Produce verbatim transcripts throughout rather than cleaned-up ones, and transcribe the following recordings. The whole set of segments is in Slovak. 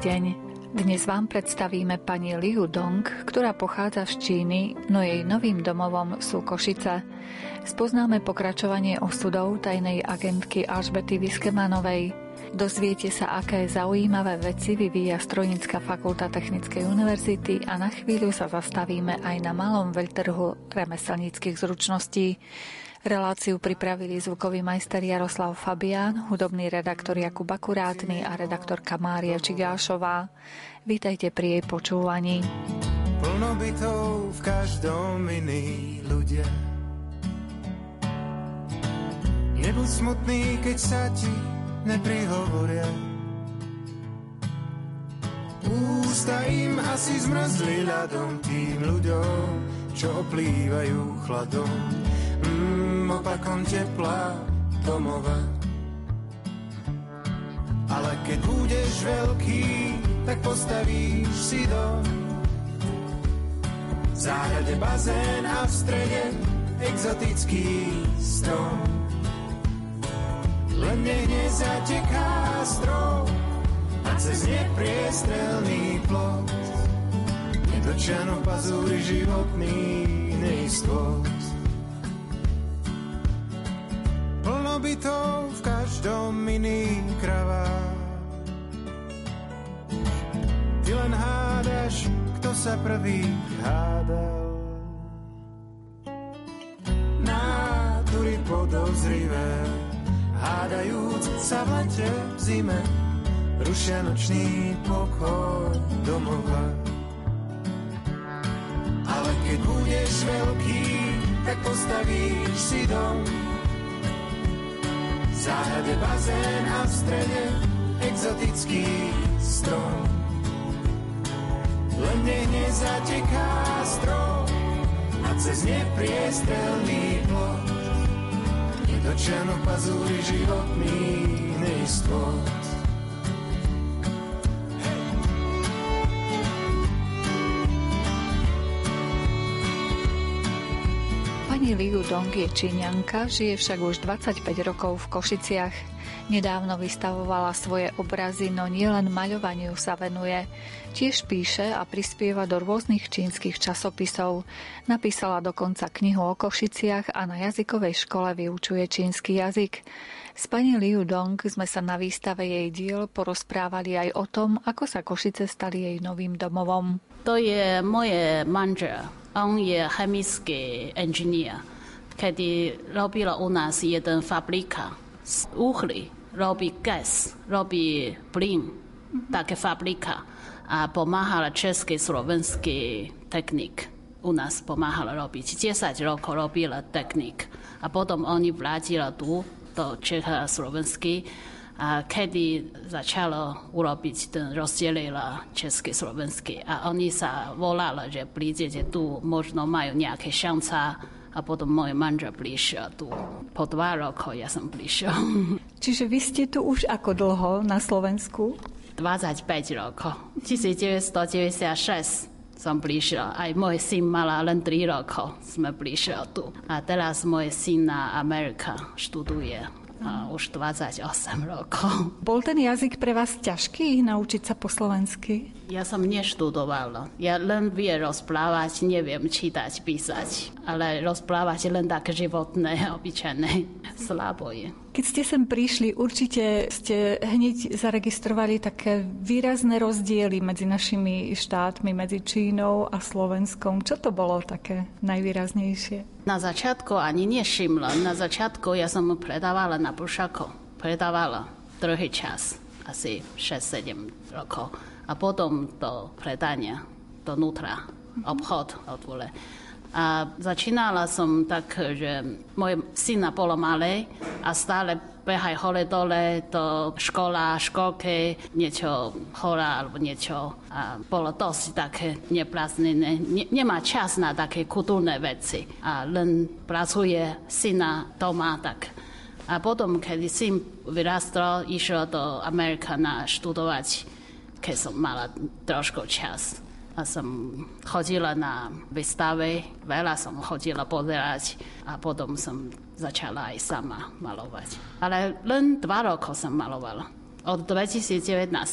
deň. Dnes vám predstavíme pani Liu Dong, ktorá pochádza z Číny, no jej novým domovom sú Košice. Spoznáme pokračovanie osudov tajnej agentky Alžbety Wiskemanovej. Dozviete sa, aké zaujímavé veci vyvíja Strojnícka fakulta Technickej univerzity a na chvíľu sa zastavíme aj na malom veľtrhu remeselníckych zručností. Reláciu pripravili zvukový majster Jaroslav Fabián, hudobný redaktor Jakub Akurátny a redaktorka Mária Čigášová. Vítajte pri jej počúvaní. Plno bytov v každom iní ľudia. Nebuď smutný, keď sa ti neprihovoria. Ústa im asi zmrzli ľadom tým ľuďom, čo oplývajú chladom. Mm, opakom tepla domova. Ale keď budeš veľký, tak postavíš si dom. V záhrade bazén a v strede exotický strom. Len nech nezateká strop a cez nepriestrelný plot nedočano pazúri životný neistôt. Plno bytov v každom iný kravá. Ty len hádaš, kto sa prvý hádal. Nátury podozrivé, hádajúc sa v lete, v zime, rušia nočný pokoj domova. Ale keď budeš veľký, tak postavíš si dom. V záhrade bazén a v strede exotický strom. Len nech nezateká strom a cez nepriestrelný plot nedočano pazúri životný neistot. Pani Liu Dong je Číňanka, žije však už dvadsaťpäť rokov v Košiciach. Nedávno vystavovala svoje obrazy, no nielen maľovaniu sa venuje. Tiež píše a prispieva do rôznych čínskych časopisov. Napísala dokonca knihu o Košiciach a na jazykovej škole vyučuje čínsky jazyk. S pani Liu Dong sme sa na výstave jej diel porozprávali aj o tom, ako sa Košice stali jej novým domovom. To je moje manžel. On je chemický inžinier, kedy robila u nás jeden fabrika z uhly, robí gas, robí plyn, také fabrika. A pomáhala český, slovenský technik. U nás pomáhala robiť. desať rokov robila technik. A potom oni vrátili tu do Čech a Slovenský. A kedy začalo urobiť ten rozdielila český, slovenský. A oni sa volali, že prídete tu, možno majú nejaké šanca. A potom môj manžel prišiel tu. Po dva roky ja som prišiel. Čiže vy ste tu už ako dlho na Slovensku? dvadsaťpäť rokov. devätnásťstodeväťdesiatšesť som prišiel. Aj môj syn mal len tri rokov. Sme prišiel tu. A teraz môj syn na Amerika študuje. A už dvadsaťosem rokov. Bol ten jazyk pre vás ťažký naučiť sa po slovensky? Ja som neštudovala. Ja len viem rozprávať, neviem čítať, písať. Ale rozprávať len také životné, obyčajné. Slabo je. Keď ste sem prišli, určite ste hneď zaregistrovali také výrazné rozdiely medzi našimi štátmi, medzi Čínou a Slovenskom. Čo to bolo také najvýraznejšie? Na začiatku ani nevšimla. Na začiatku ja som predávala na Bršako. Predávala druhý čas, asi šesť sedem rokov. A potom to predania donútra, obchod odvole. A začínala som tak, že môj syn bolo malé a stále behaj hore dole do škola, školke, niečo hora alebo niečo. A bolo dosť také neprázdnené. Ne, nemá čas na také kultúrne veci. A len pracuje syna doma tak. A potom, keď syn vyrastol, išiel do Amerika na študovať, keď som mala trošku čas. A som chodila na výstave, veľa som chodila pozerať a potom som začala aj sama malovať. Ale len dva roky som malovala. Od dvetisícdevätnásť.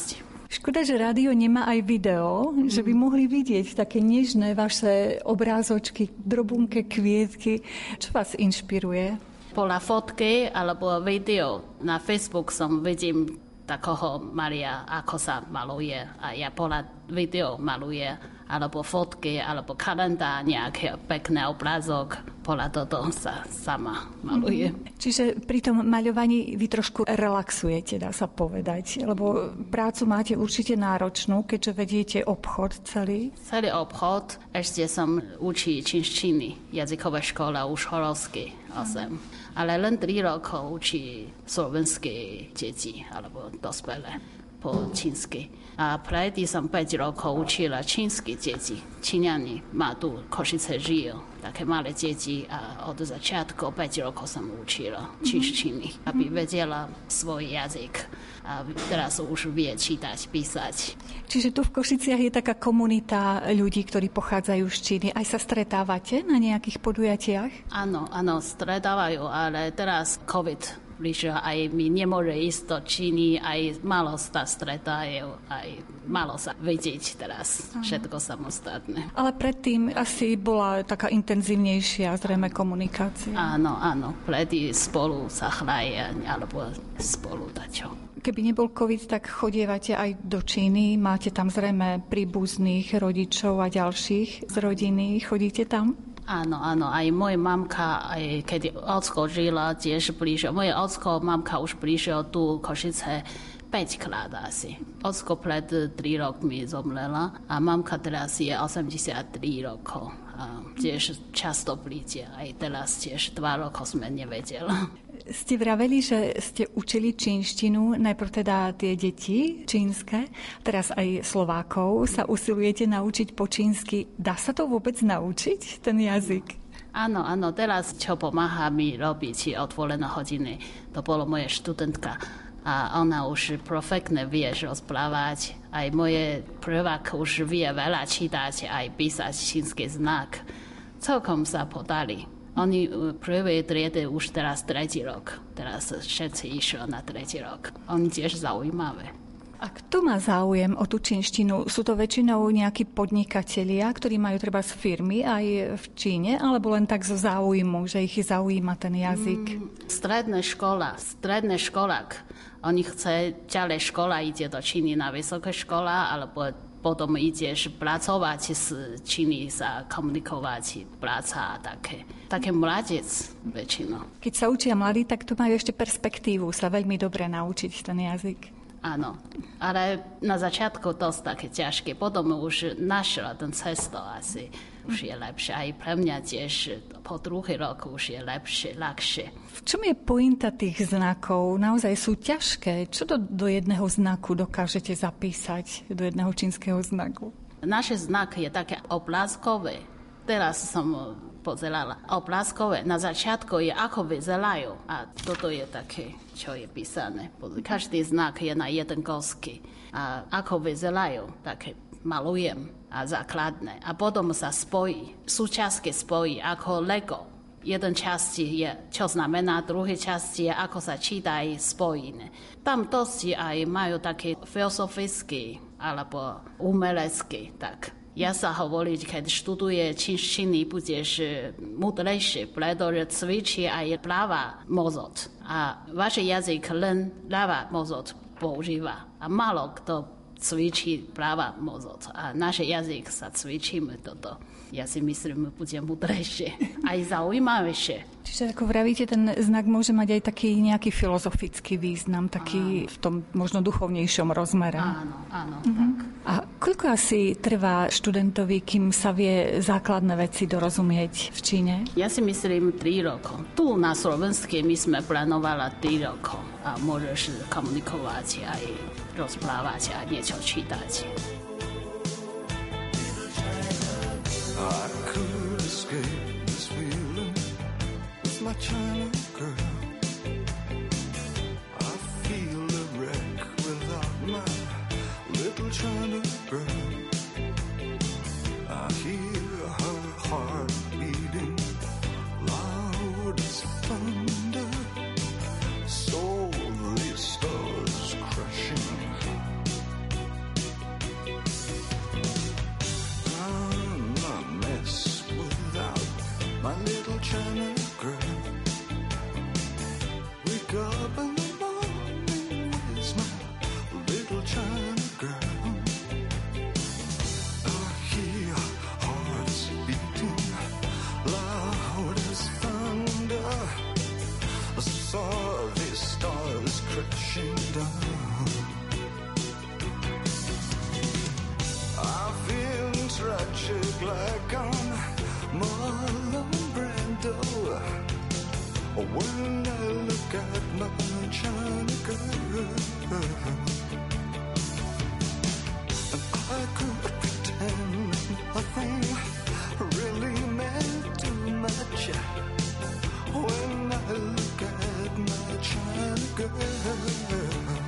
Škoda, že rádio nemá aj video, mm. že by mohli vidieť také nežné vaše obrázočky, drobunké kvietky. Čo vás inšpiruje? Podľa fotky alebo video na Facebook som vidím takého Maria, ako sa maluje. A ja podľa video maluje, alebo fotky, alebo kalendár, nejaký pekný obrázok. Podľa toho sa sama maluje. Mm-hmm. Čiže pri tom maľovaní vy trošku relaxujete, dá sa povedať. Lebo prácu máte určite náročnú, keďže vediete obchod celý. Celý obchod. Ešte som učí čínštiny. Jazyková škola už horovsky. osem. Ale len tri rokov učí slovenské deti alebo dospelé po čínsky. A predtým som päť rokov učila čínske deti. Číňani ma tu v Košice žijú, také malé deti a od začiatku päť rokov som učila čínštiny, aby vedela svoj jazyk. A teraz už vie čítať, písať. Čiže tu v Košiciach je taká komunita ľudí, ktorí pochádzajú z Číny. Aj sa stretávate na nejakých podujatiach? Áno, áno, stretávajú, ale teraz COVID blíže, aj my nemôže ísť do Číny, aj malo sa stretajú, aj malo sa vidieť teraz. Aha. Všetko samostatné. Ale predtým asi bola taká intenzívnejšia zrejme komunikácia. Áno, áno. Predtým spolu sa hraje, alebo spolu dačo. Keby nebol COVID, tak chodievate aj do Číny. Máte tam zrejme príbuzných rodičov a ďalších z rodiny. Chodíte tam? Áno, áno, aj moja mamka, aj keď ocko žila, tiež blíže. Moje ocko, mamka už blíže tu Košice päťkrát asi. Ocko pred tri rokmi zomrela a mamka teraz je osemdesiattri rokov. A tiež často príde, aj teraz tiež dva rokov sme nevedeli. Ste vraveli, že ste učili čínštinu, najprv teda tie deti čínske, teraz aj Slovákov sa usilujete naučiť po čínsky. Dá sa to vôbec naučiť, ten jazyk? Áno, áno, teraz čo pomáha mi robiť otvorené hodiny, to bolo moje študentka. A ona už perfektne vie rozprávať. Aj moje prvák už vie veľa čítať, aj písať čínsky znak. Celkom sa podali. Oni prvé triedy už teraz tretí rok. Teraz všetci išli na tretí rok. Oni tiež zaujímavé. A kto má záujem o tú čínštinu? Sú to väčšinou nejakí podnikatelia, ktorí majú treba z firmy aj v Číne, alebo len tak zo záujmu, že ich zaujíma ten jazyk? Mm, stredná škola, stredný školák. Oni chce ďalej škola, ide do Číny na vysoká škola, alebo potom ideš pracovať s Číny, sa komunikovať, práca a také. Také mladec väčšinou. Keď sa učia mladí, tak to majú ešte perspektívu sa veľmi dobre naučiť ten jazyk. Áno, ale na začiatku to je také ťažké. Potom už našla ten cesto asi. Už je lepšie. Aj pre mňa tiež po druhý rok už je lepšie, ľahšie. V čom je pointa tých znakov? Naozaj sú ťažké. Čo do, do jedného znaku dokážete zapísať? Do jedného čínskeho znaku? Naše znak je také obrázkové. Teraz som pozerala. Obrázkové na začiatku je ako vyzerajú. A toto je také, čo je písané. Každý znak je na jeden kosky. A ako vyzerajú, také malujem a základné. A potom sa spojí. Súčasky spojí ako Lego. Jeden časti je, čo znamená, druhé časti je, ako sa číta aj spojené. Tam dosť aj majú také filozofické alebo umelecké, tak. Ja sa hovorí, keď študuje čínštiny, budeš múdrejší, pretože cvičí aj práva mozog. A váš jazyk len práva mozog používa. A málo kto cvičí práva mozog. A náš jazyk sa cvičíme toto. Ja si myslím, bude múdrejšie. Aj zaujímavejšie. Čiže ako vravíte, ten znak môže mať aj taký nejaký filozofický význam, taký áno. v tom možno duchovnejšom rozmere. Áno, áno. Mhm. Tak. A koľko asi trvá študentovi, kým sa vie základné veci dorozumieť v Číne? Ja si myslím tri rokov. Tu na Slovensku my sme plánovali tri rokov a môžeš komunikovať aj rozprávať a niečo čítať. I could escape this feeling with my China girl. I feel a wreck without my little China girl. I hear her heart beating loud as thunder. So the stars crashing. my little China girl. Wake up in the morning, where's my little China girl? I hear hearts beating loud as thunder. I saw these stars crashing down. I feel tragic like I'm Marlon Brando when I look at my China girl. And I could pretend nothing really meant too much when I look at my China girl.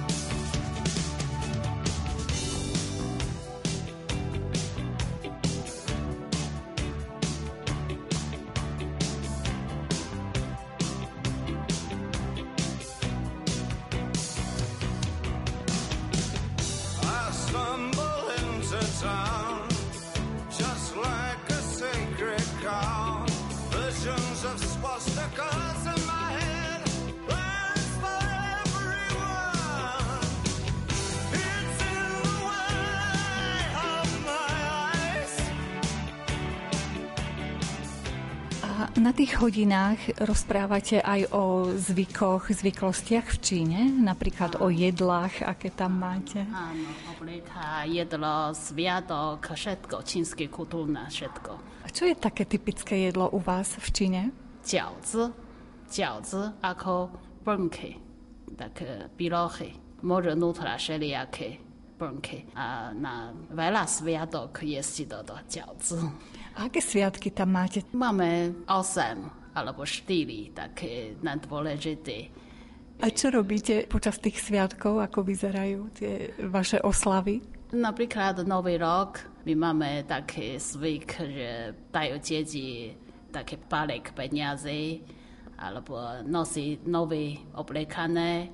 Na tých hodinách rozprávate aj o zvykoch, zvyklostiach v Číne, napríklad o jedlách, aké tam máte. Áno, oblieka, jedlo, sviatok, všetko, čínske kultúrne, všetko. A čo je také typické jedlo u vás v Číne? Jiaozi, jiaozi ako brnky, také pirochy, môže nutra všelijaké brnky. A na veľa sviatok jesť toto jiaozi. A aké sviatky tam máte? Máme osem alebo štyri také najdôležité. A čo robíte počas tých sviatkov? Ako vyzerajú tie vaše oslavy? Napríklad Nový rok. My máme taký zvyk, že dajú deti také balík peniazy alebo nosí nové oblekané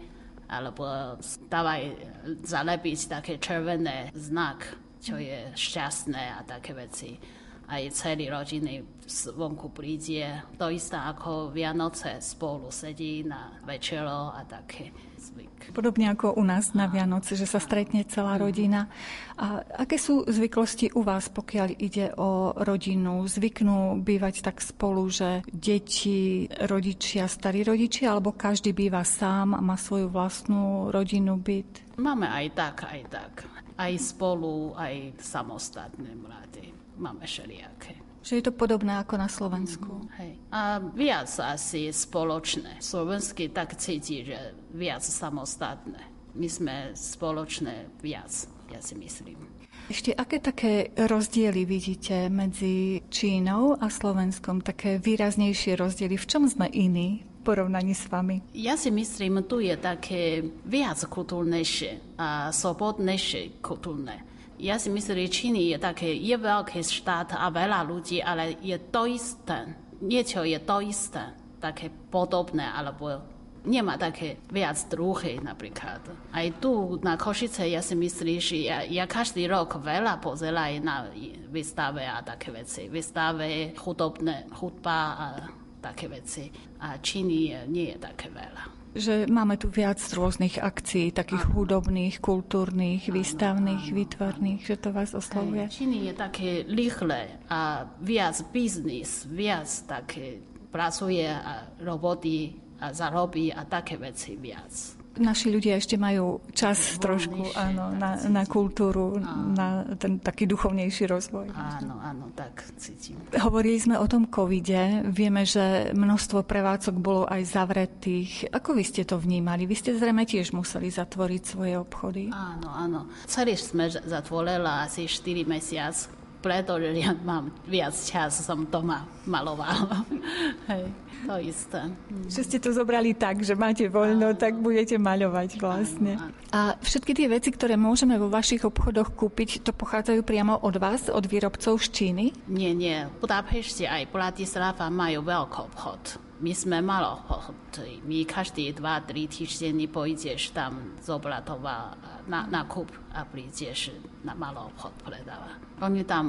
alebo dávajú zalepiť také červené znak, čo je šťastné a také veci. Aj celý rodiny vonku príde. To isté ako Vianoce spolu sedí na večero a také zvyk. Podobne ako u nás na Vianoce, že sa stretne celá rodina. A aké sú zvyklosti u vás, pokiaľ ide o rodinu? Zvyknú bývať tak spolu, že deti, rodičia, starí rodičia, alebo každý býva sám a má svoju vlastnú rodinu, byt? Máme aj tak, aj tak. Aj spolu, aj samostatné mladí. Máme všelijaké. Že je to podobné ako na Slovensku. Mm, hej. A viac asi spoločné. Slovenský tak cíti, že viac samostatné. My sme spoločné viac, ja si myslím. Ešte aké také rozdiely vidíte medzi Čínou a Slovenskom? Také výraznejšie rozdiely. V čom sme iní v porovnaní s vami? Ja si myslím, tu je také viac kultúrnejšie a slobodnejšie kultúrne. Ja si myslím, že Číny je také, je veľký štát a veľa ľudí, ale je to isté. Niečo je to isté, také podobné, alebo nemá také viac druhé napríklad. Aj tu na Košice ja si myslím, že ja, ja každý rok veľa pozerám na výstave a také veci. Výstave, hudobné, hudba a také veci. A Číny nie je také veľa. Že máme tu viac rôznych akcií, takých áno. hudobných, kultúrnych, áno, výstavných, áno, výtvarných, áno. Že to vás oslovuje? Číny je také rýchle a viac biznis, viac také pracuje a roboty a zarobí a také veci viac. Naši ľudia ešte majú čas Voľnejšie, trošku áno, na, na kultúru, áno. na ten taký duchovnejší rozvoj. Áno, áno, tak cítim. Hovorili sme o tom covide. Vieme, že množstvo prevádzok bolo aj zavretých. Ako vy ste to vnímali? Vy ste zrejme tiež museli zatvoriť svoje obchody? Áno, áno. Celý sme zatvorili asi štyri mesiace, pretože ja mám viac času, som doma malovala. Hej. To isté. Že ste to zobrali tak, že máte voľno, tak budete maľovať vlastne. A všetky tie veci, ktoré môžeme vo vašich obchodoch kúpiť, to pochádzajú priamo od vás, od výrobcov z Číny? Nie, nie. V Budapešti aj Bratislava majú veľký obchod. My sme malo obchod. My každý dva, tri týždne pôjdeš tam zobrať na, na kúp a prídeš na malý obchod predáva. Oni tam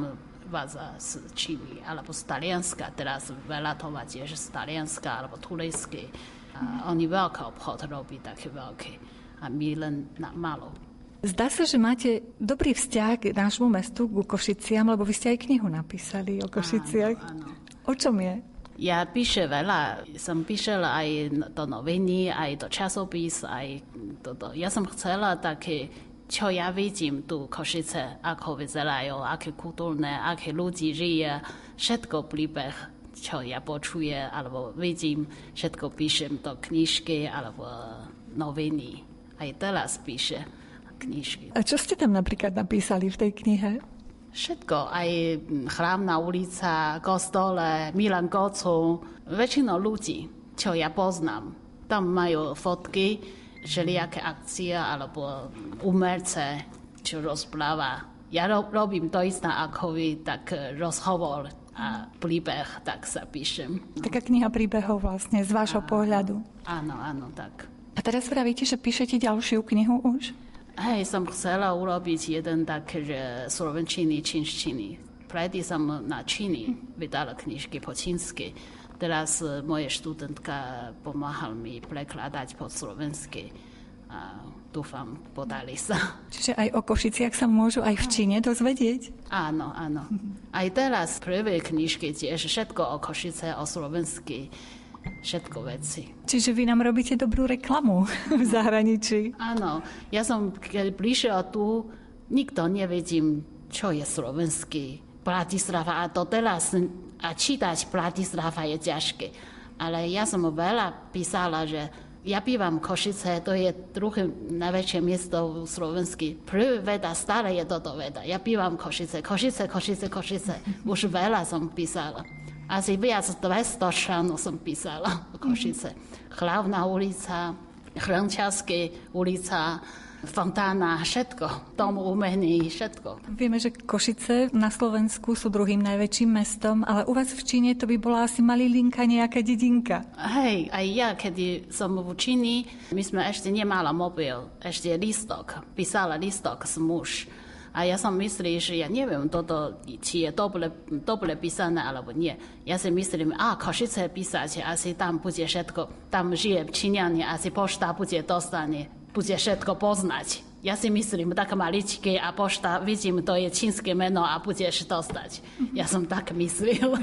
váza z Číny alebo z Talianska. Teraz veľa toho tiež z Talianska alebo turecky. A oni veľký obchod robí, taký veľký. A my len na malo. Zdá sa, že máte dobrý vzťah k nášmu mestu, ku Košiciam, lebo vy ste aj knihu napísali o Košiciach. Áno, áno. O čom je? Ja píšem veľa. Som píšel aj do noviny, aj do časopis, aj do, do. Ja som chcela také, čo ja vidím tu Košice, ako vyzerajú, aké kultúrne, aké ľudí žije, všetko príbeh, čo ja počujem, alebo vidím, všetko píšem do knižky, alebo noviny. Aj teraz píše knižky. A čo ste tam napríklad napísali v tej knihe? Všetko, aj Hlavná ulica, kostole, Milan Kocov, väčšinou ľudí, čo ja poznám. Tam majú fotky, všelijaké akcie, alebo umelce, čo rozpráva. Ja robím to isté ako vy, tak rozhovor a príbeh, tak sa píšem. Taká kniha príbehov vlastne, z vášho áno, pohľadu. Áno, áno, tak. A teraz vravíte, že píšete ďalšiu knihu už? Hej, som chcela urobiť jeden tak, že slovenčiny, čínštiny. Predtým som na číny vydala knižky po čínsky. Teraz moje študentka pomáhala mi prekladať po slovensky. A dúfam, podali sa. Čiže aj o Košiciach sa môžu aj v Číne dozvedieť? Áno, áno. Aj teraz prvé knižky tiež všetko o Košice, o slovensky, všetko veci. Čiže vy nám robíte dobrú reklamu v zahraničí. Áno, ja som, keď prišiel tu, nikto nevedím, čo je slovenský. Bratislava, a to teraz a čítať Bratislava je ťažké. Ale ja som veľa písala, že ja bývam Košice, to je druhé najväčšie miesto v Slovensku. Prvý veda, stále je toto veda. Ja bývam Košice, Košice, Košice, Košice. Už veľa som písala. Asi viac dvesto strán som písala o Košice. Hlavná ulica, Hrnčiarska ulica, fontána, všetko. Dom umení, všetko. Vieme, že Košice na Slovensku sú druhým najväčším mestom, ale u vás v Číne to by bola asi malilinka nejaká dedinka. Hej, aj ja, keď som v Číni, my sme ešte nemala mobil, ešte listok, písala listok s muž. A ja som myslel, že ja neviem, toto, či je dobre, dobre písané, alebo nie. Ja si myslím, a Košice písať, asi tam bude všetko, tam žije Číňani, asi pošta bude dostane, bude všetko poznať. Ja si myslím, tak maličké a pošta, vidím, to je čínske meno a budeš dostať. Ja som tak myslel.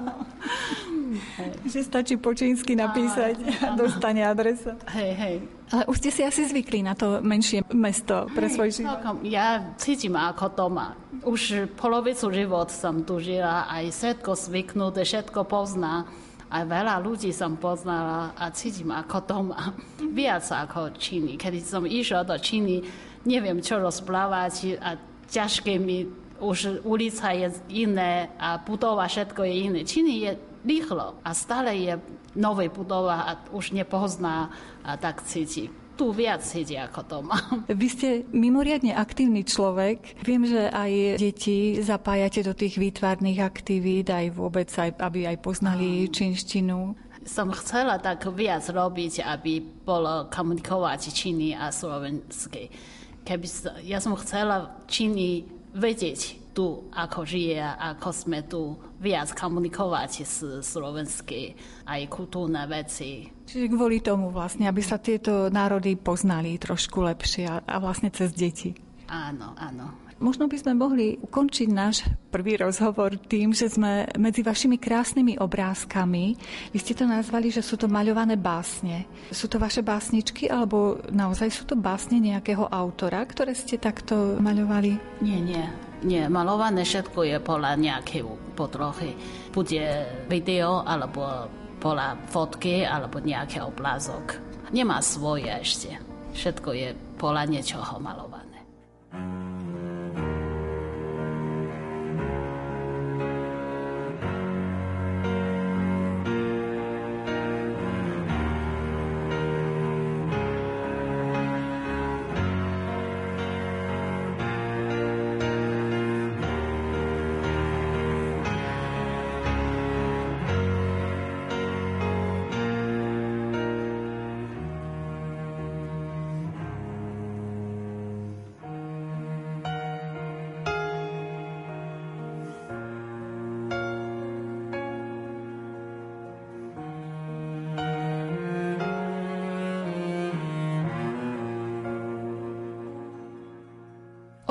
Že stačí po čínsky napísať a dostane adresa. Hej, hej. Ale už ste si asi zvykli na to menšie mesto pre svoj život. Ja cítim ako doma. Už polovicu život som tu žila, aj všetko zvyknuté, všetko pozná. A veľa ľudí som poznala a cítim ako doma. Viac ako Číny. Keď som išla do Číny, neviem, čo rozprávať a ťažké mi, už ulica je iné a budova, všetko je iné. Číny je rýchlo a stále je nové budova a už nepozná a tak cíti. Tu viac cíti ako doma. Vy ste mimoriadne aktívny človek. Viem, že aj deti zapájate do tých výtvarných aktivít, aj vôbec, aj, aby aj poznali čínštinu. Som chcela tak viac robiť, aby bolo komunikovať číny a slovensky. Keby ja som chcela číny vedieť tu, ako žije, ako sme tu viac komunikovať s slovensky, aj kultúrne veci. Čiže kvôli tomu vlastne, aby sa tieto národy poznali trošku lepšie a, a vlastne cez deti. Áno, áno. Možno by sme mohli ukončiť náš prvý rozhovor tým, že sme medzi vašimi krásnymi obrázkami, vy ste to nazvali, že sú to maľované básne. Sú to vaše básničky, alebo naozaj sú to básne nejakého autora, ktoré ste takto maľovali? Nie, nie. Nie, malované všetko je podľa nejakého potrochy. Bude video, alebo podľa fotky, alebo nejaký obrázok. Nemá svoje ešte. Všetko je podľa niečoho malované.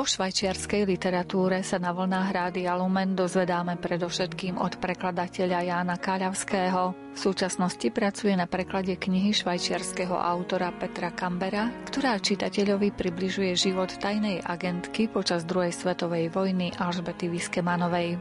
O švajčiarskej literatúre sa na vlnách Rádia Lumen dozvedáme predovšetkým od prekladateľa Jána Káľavského. V súčasnosti pracuje na preklade knihy švajčiarskeho autora Petra Kambera, ktorá čitateľovi približuje život tajnej agentky počas druhej svetovej vojny Alžbety Wiskemanovej.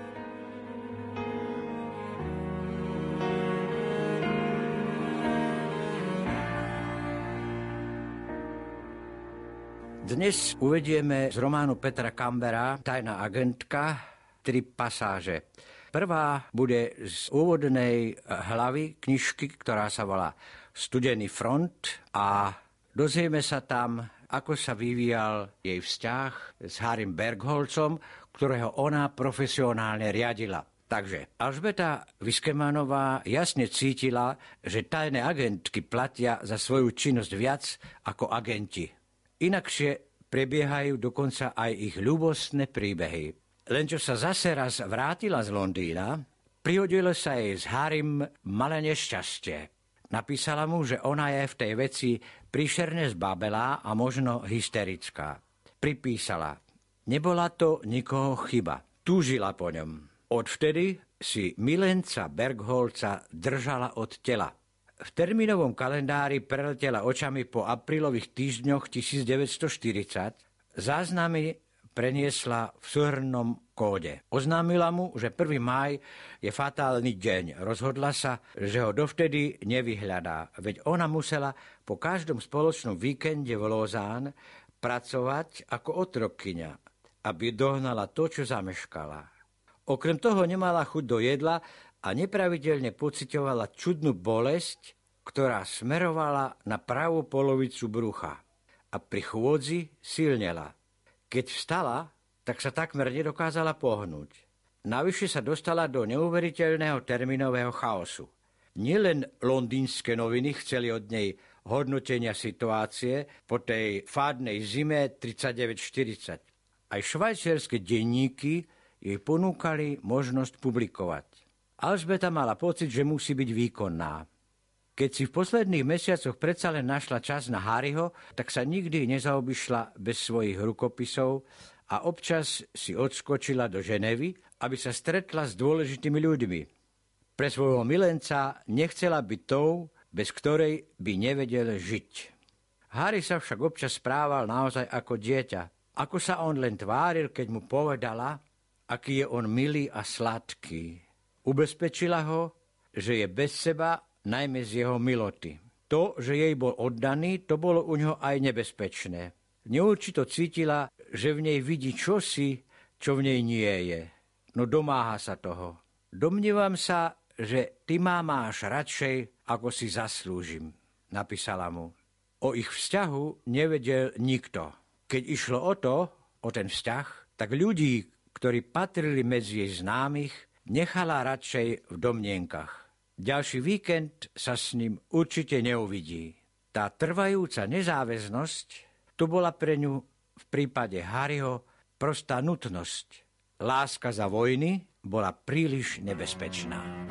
Dnes uvedieme z románu Petra Kambera Tajná agentka tri pasáže. Prvá bude z úvodnej hlavy knižky, ktorá sa volá Studený front a dozvieme sa tam, ako sa vyvíjal jej vzťah s Harrym Bergholzom, ktorého ona profesionálne riadila. Takže Alžbeta Wiskemanová jasne cítila, že tajné agentky platia za svoju činnosť viac ako agenti. Inakšie prebiehajú dokonca aj ich ľúbostné príbehy. Len čo sa zase raz vrátila z Londýna, prihodilo sa jej s Harrym malé nešťastie. Napísala mu, že ona je v tej veci príšerne zbabelá a možno hysterická. Pripísala, nebola to nikoho chyba, túžila po ňom. Odvtedy si milenca Bergholza držala od tela. V termínovom kalendári preletela očami po aprílových týždňoch devätnásťstoštyridsať, záznamy preniesla v súhrnnom kóde. Oznámila mu, že prvý máj je fatálny deň. Rozhodla sa, že ho dovtedy nevyhľadá, veď ona musela po každom spoločnom víkende v Lausanne pracovať ako otrokyňa, aby dohnala to, čo zameškala. Okrem toho nemala chuť do jedla a nepravidelne pociťovala čudnú bolesť, ktorá smerovala na pravú polovicu brucha a pri chôdzi silnela. Keď vstala, tak sa takmer nedokázala pohnúť. Navyše sa dostala do neuveriteľného termínového chaosu. Nielen londýnske noviny chceli od nej hodnotenia situácie po tej fádnej zime tridsaťdeväť štyridsať. Aj švajčiarske denníky jej ponúkali možnosť publikovať. Alžbeta mala pocit, že musí byť výkonná. Keď si v posledných mesiacoch predsa len našla čas na Harryho, tak sa nikdy nezaobišla bez svojich rukopisov a občas si odskočila do Ženevy, aby sa stretla s dôležitými ľuďmi. Pre svojho milenca nechcela byť tou, bez ktorej by nevedel žiť. Harry sa však občas správal naozaj ako dieťa. Ako sa on len tváril, keď mu povedala, aký je on milý a sladký. Ubezpečila ho, že je bez seba, najmä z jeho miloty. To, že jej bol oddaný, to bolo u ňoho aj nebezpečné. Neurčito cítila, že v nej vidí čosi, čo v nej nie je. No domáha sa toho. Domnievam sa, že ty ma máš radšej, ako si zaslúžim, napísala mu. O ich vzťahu nevedel nikto. Keď išlo o to, o ten vzťah, tak ľudí, ktorí patrili medzi jej známych, nechala radšej v domnienkach. Ďalší víkend sa s ním určite neuvidí. Tá trvajúca nezáväznosť, to bola pre ňu v prípade Harryho prostá nutnosť. Láska za vojny bola príliš nebezpečná.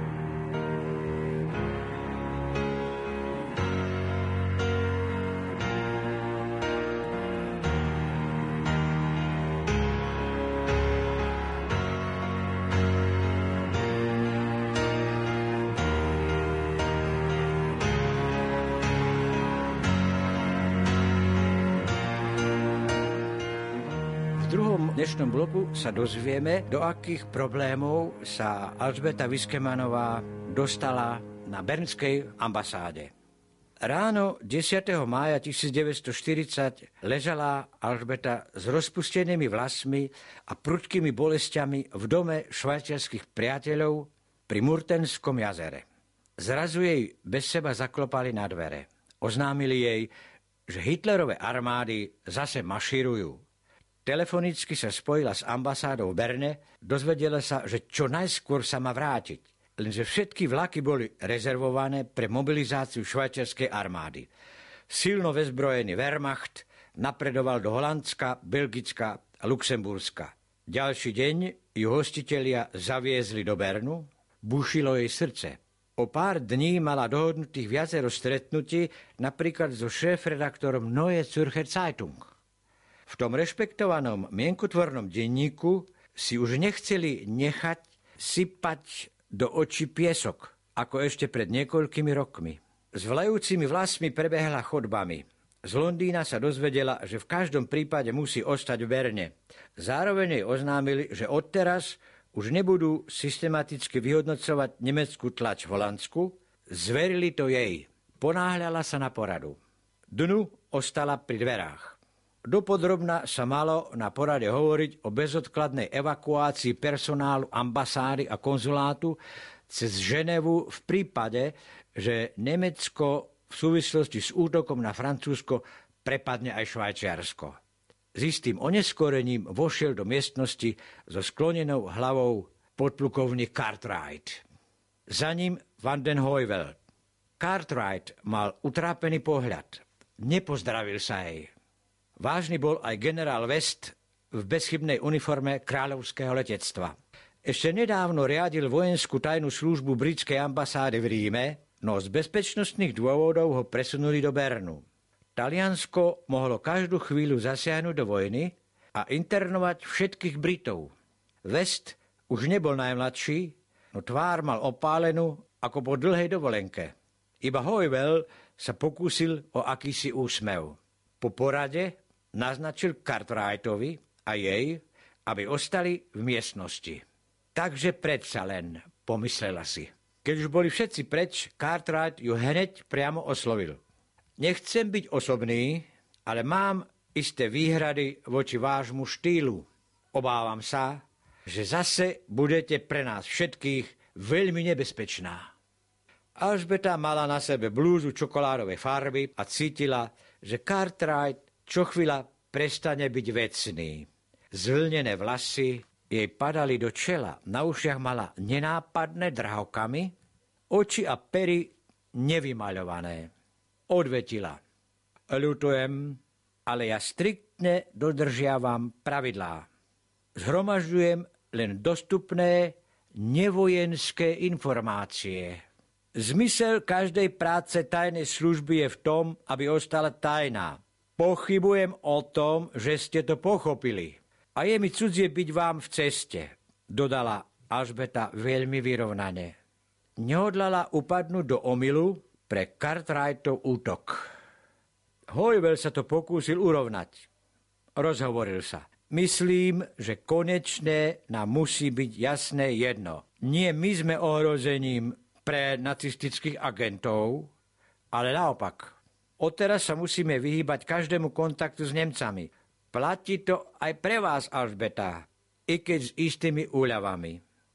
V druhom dnešnom bloku sa dozvieme, do akých problémov sa Alžbeta Wiskemanová dostala na bernskej ambasáde. Ráno desiateho mája devätnásťstoštyridsať ležala Alžbeta s rozpustenými vlasmi a prudkými bolestiami v dome švajčiarskych priateľov pri Murtenskom jazere. Zrazu jej bez seba zaklopali na dvere. Oznámili jej, že Hitlerové armády zase mašírujú. Telefonicky sa spojila s ambasádou v Berne, dozvedela sa, že čo najskôr sa má vrátiť. Lenže všetky vlaky boli rezervované pre mobilizáciu švajčiarskej armády. Silno vezbrojený Wehrmacht napredoval do Holandska, Belgicka a Luxemburska. Ďalší deň ju hostitelia zaviezli do Bernu, bušilo jej srdce. O pár dní mala dohodnutých viacero stretnutí, napríklad so šéf-redaktorom Neue Zürcher Zeitung. V tom rešpektovanom mienkotvornom denníku si už nechceli nechať sypať do očí piesok, ako ešte pred niekoľkými rokmi. S vlajúcimi vlasmi prebehla chodbami. Z Londýna sa dozvedela, že v každom prípade musí ostať v Berne. Zároveň jej oznámili, že odteraz už nebudú systematicky vyhodnocovať nemeckú tlač v Holandsku. Zverili to jej. Ponáhľala sa na poradu. Dnu ostala pri dverách. Dopodrobna sa malo na porade hovoriť o bezodkladnej evakuácii personálu ambasády a konzulátu cez Ženevu v prípade, že Nemecko v súvislosti s útokom na Francúzsko prepadne aj Švajčiarsko. S istým oneskorením vošiel do miestnosti so sklonenou hlavou podplukovník Cartwright. Za ním Van den Heuvel. Cartwright mal utrápený pohľad. Nepozdravil sa jej. Vážny bol aj generál West v bezchybnej uniforme kráľovského letectva. Ešte nedávno riadil vojenskú tajnú službu britskej ambasády v Ríme, no z bezpečnostných dôvodov ho presunuli do Bernu. Taliansko mohlo každú chvíľu zasiahnuť do vojny a internovať všetkých Britov. West už nebol najmladší, no tvár mal opálenú ako po dlhej dovolenke. Iba Heuvel sa pokúsil o akýsi úsmev. Po porade naznačil Cartwrightovi a jej, aby ostali v miestnosti. Takže predsa len, pomyslela si. Keď už boli všetci preč, Cartwright ju hneď priamo oslovil. Nechcem byť osobný, ale mám isté výhrady voči vášmu štýlu. Obávam sa, že zase budete pre nás všetkých veľmi nebezpečná. Alžbeta mala na sebe blúzu čokoládovej farby a cítila, že Cartwright čo chvíľa prestane byť vecný. Zvlnené vlasy jej padali do čela, na ušiach mala nenápadné drahokamy, oči a pery nevymaľované. Odvetila. Ľutujem, ale ja striktne dodržiavam pravidlá. Zhromažďujem len dostupné nevojenské informácie. Zmysel každej práce tajnej služby je v tom, aby ostala tajná. Pochybujem o tom, že ste to pochopili. A je mi cudzie byť vám v ceste, dodala Alžbeta veľmi vyrovnane. Nehodlala upadnúť do omylu pre Cartwrightov útok. Heuvel sa to pokúsil urovnať. Rozhovoril sa. Myslím, že konečne nám musí byť jasné jedno. Nie my sme ohrozením pre nacistických agentov, ale naopak. Odteraz sa musíme vyhýbať každému kontaktu s Nemcami. Platí to aj pre vás, Alžbeta, i keď s istými úľavami.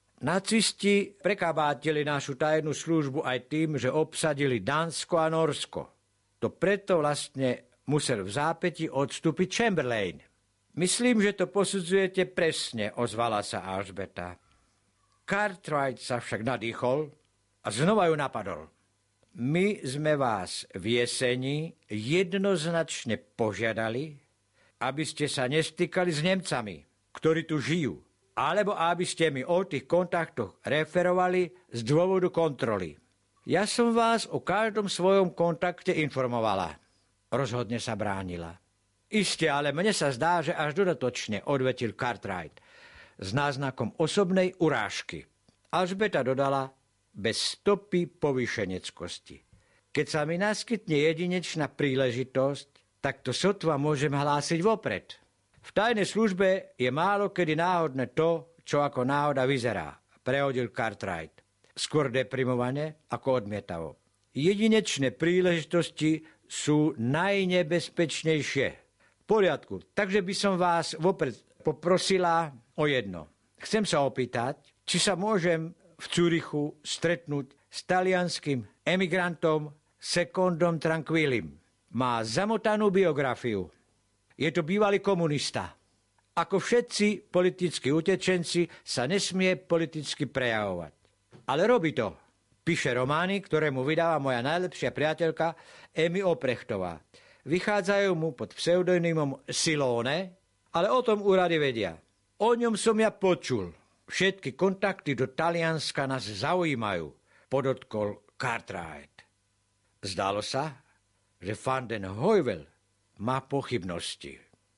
Nacisti prekabátili našu tajnú službu aj tým, že obsadili Dánsko a Norsko. To preto vlastne musel v zápäti odstúpiť Chamberlain. Myslím, že to posudzujete presne, ozvala sa Alžbeta. Cartwright sa však nadýchol a znova ju napadol. My sme vás v jeseni jednoznačne požiadali, aby ste sa nestýkali s Nemcami, ktorí tu žijú, alebo aby ste mi o tých kontaktoch referovali z dôvodu kontroly. Ja som vás o každom svojom kontakte informovala. Rozhodne sa bránila. Isté, ale mne sa zdá, že až dodatočne, odvetil Cartwright s náznakom osobnej urážky. Alžbeta dodala bez stopy povýšeneckosti. Keď sa mi naskytne jedinečná príležitosť, tak to sotva môžem hlásiť vopred. V tajnej službe je málo kedy náhodné to, čo ako náhoda vyzerá, prehodil Cartwright. Skôr deprimovane ako odmietavo. Jedinečné príležitosti sú najnebezpečnejšie. V poriadku, takže by som vás vopred poprosila o jedno. Chcem sa opýtať, či sa môžem v Cúrichu stretnúť s talianským emigrantom Secondom Tranquillim. Má zamotanú biografiu. Je to bývalý komunista. Ako všetci politickí utečenci sa nesmie politicky prejavovať. Ale robí to. Píše romány, ktoré mu vydáva moja najlepšia priateľka Emi Oprechtová. Vychádzajú mu pod pseudonymom Silone, ale o tom úrady vedia. O ňom som ja počul. Všetky kontakty do Talianska nás zaujímajú, podotkol Cartwright. Zdalo sa, že Van den Heuvel má pochybnosti.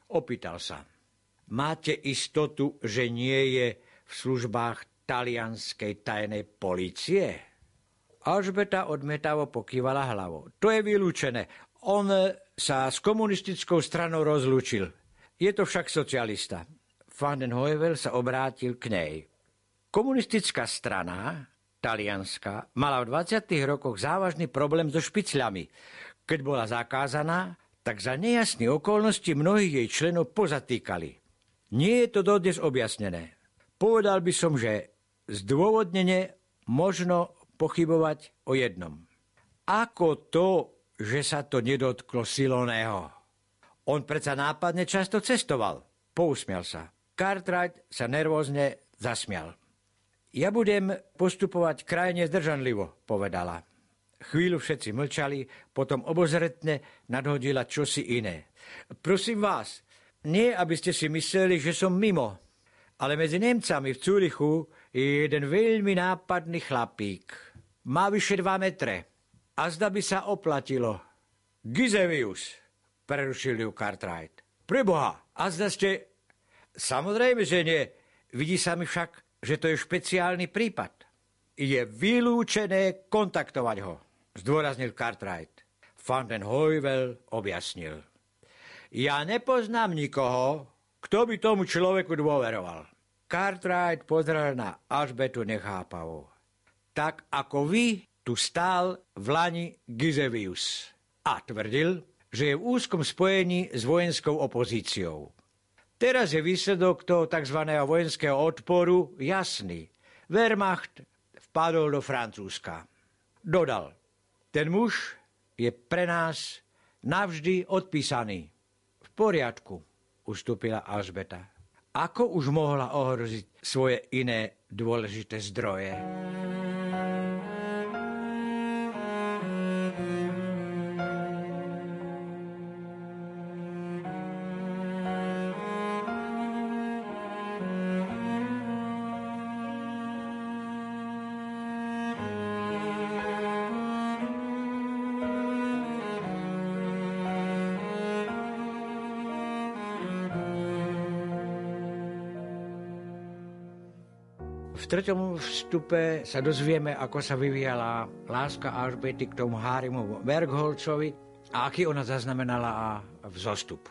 Opýtal sa. Máte istotu, že nie je v službách talianskej tajnej polície? Alžbeta odmietavo pokývala hlavou. To je vylúčené. On sa s komunistickou stranou rozlúčil. Je to však socialista. Van den Heuvel sa obrátil k nej. Komunistická strana, talianska, mala v dvadsiatych rokoch závažný problém so špicľami. Keď bola zakázaná, tak za nejasné okolnosti mnohých jej členov pozatýkali. Nie je to dodnes objasnené. Povedal by som, že zdôvodnene možno pochybovať o jednom. Ako to, že sa to nedotklo Siloného? On predsa nápadne často cestoval. Pousmial sa. Cartwright sa nervózne zasmial. Ja budem postupovať krajne zdržanlivo, povedala. Chvíľu všetci mlčali, potom obozretne nadhodila čosi iné. Prosím vás, nie aby ste si mysleli, že som mimo, ale medzi Nemcami v Cúrichu je jeden veľmi nápadný chlapík. Má vyše dva metre. A zda by sa oplatilo. Gisevius, prerušil ju Cartwright. Preboha, a zda ste... Samozrejme, že nie. Vidí sa mi však, že to je špeciálny prípad. Je vylúčené kontaktovať ho, zdôraznil Cartwright. Van den Heuvel objasnil. Ja nepoznám nikoho, kto by tomu človeku dôveroval. Cartwright pozrel na Alžbetu nechápavo. Tak ako vy, tu stál v lani Gisevius a tvrdil, že je v úzkom spojení s vojenskou opozíciou. Teraz je výsledok toho tzv. Vojenského odporu jasný. Wehrmacht vpadol do Francúzska. Dodal, ten muž je pre nás navždy odpísaný. V poriadku, ustúpila Alžbeta. Ako už mohla ohroziť svoje iné dôležité zdroje? V treťom vstupe sa dozvieme, ako sa vyvíjala láska Alžbety k tomu Harimu Bergholzovi a aký ona zaznamenala vzostup.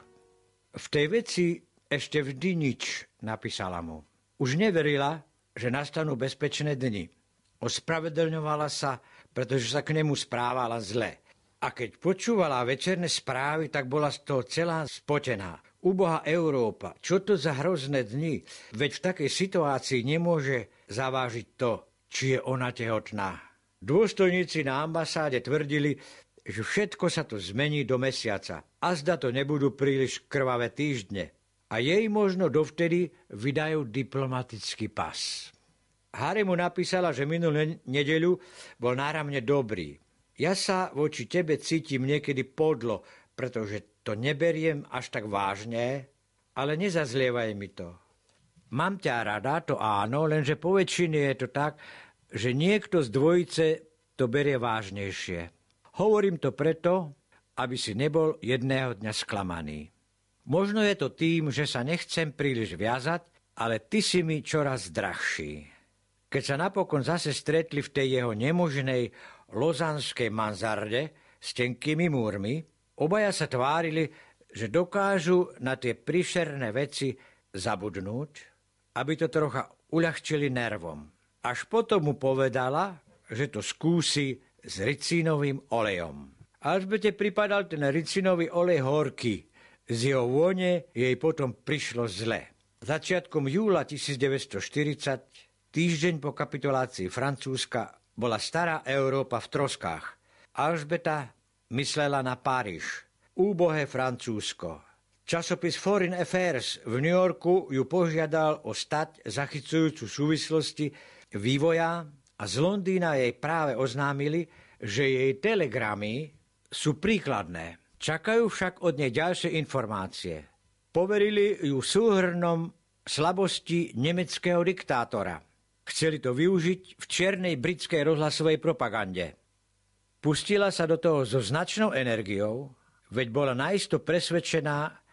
V tej veci ešte vždy nič, napísala mu. Už neverila, že nastanú bezpečné dni. Ospravedlňovala sa, pretože sa k nemu správala zle. A keď počúvala večerné správy, tak bola z toho celá spotená. Ubohá Európa, čo to za hrozné dni? Veď v takej situácii nemôže zavážiť to, či je ona tehotná. Dôstojníci na ambasáde tvrdili, že všetko sa to zmení do mesiaca. A zda to nebudú príliš krvavé týždne. A jej možno dovtedy vydajú diplomatický pas. Harry mu napísala, že minulú nedeľu bol náramne dobrý. Ja sa voči tebe cítim niekedy podlo, pretože to neberiem až tak vážne, ale nezazlievaj mi to. Mám ťa rada, to áno, lenže po väčšine je to tak, že niekto z dvojice to berie vážnejšie. Hovorím to preto, aby si nebol jedného dňa sklamaný. Možno je to tým, že sa nechcem príliš viazať, ale ty si mi čoraz drahší. Keď sa napokon zase stretli v tej jeho nemožnej lozanskej manzarde s tenkými múrmi, obaja sa tvárili, že dokážu na tie príšerné veci zabudnúť, aby to trocha uľahčili nervom. Až potom mu povedala, že to skúsi s ricínovým olejom. Alžbete pripadal ten ricinový olej horký. Z jeho vône jej potom prišlo zle. Začiatkom júla tisícdeväťstoštyridsať, týždeň po kapitulácii Francúzska, bola stará Európa v troskách. Alžbeta myslela na Páriž, úbohé Francúzsko. Časopis Foreign Affairs v New Yorku ju požiadal o stať zachycujúcu súvislosti vývoja a z Londýna jej práve oznámili, že jej telegramy sú príkladné. Čakajú však od nej ďalšie informácie. Poverili ju súhrnom slabosti nemeckého diktátora. Chceli to využiť v čiernej britskej rozhlasovej propagande. Pustila sa do toho so značnou energiou, veď bola naisto presvedčená,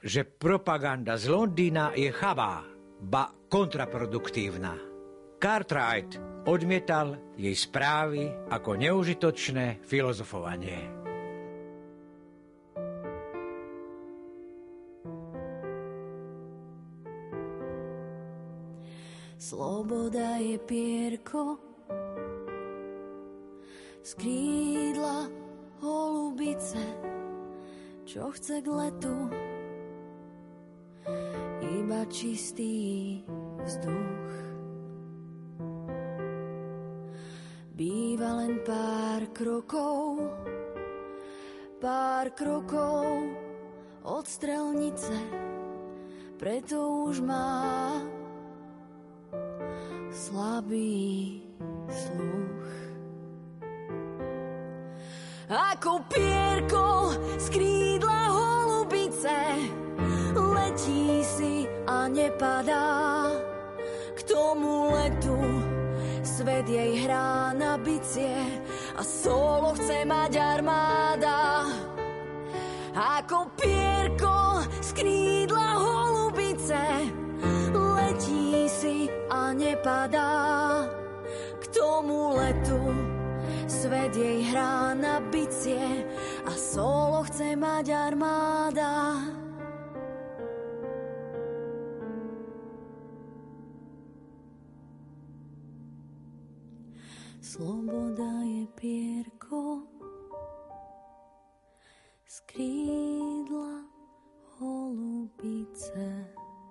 že propaganda z Londýna je chabá, ba kontraproduktívna. Cartwright odmietal jej správy ako neužitočné filozofovanie. Sloboda je pierko z krídla holubice, čo chce k letu iba čistý vzduch. Býva len pár krokov, pár krokov od strelnice, preto už má slabý sluch. Ako pierko z krídla holubice letí si a nepadá. K tomu letu svet jej hrá na bicie a solo chce mať armáda. Ako pierko z krídla holubice letí si a nepadá. K tomu letu svet jej hrá na bicie a solo chce mať armáda. Sloboda je pierko z krídla holubice.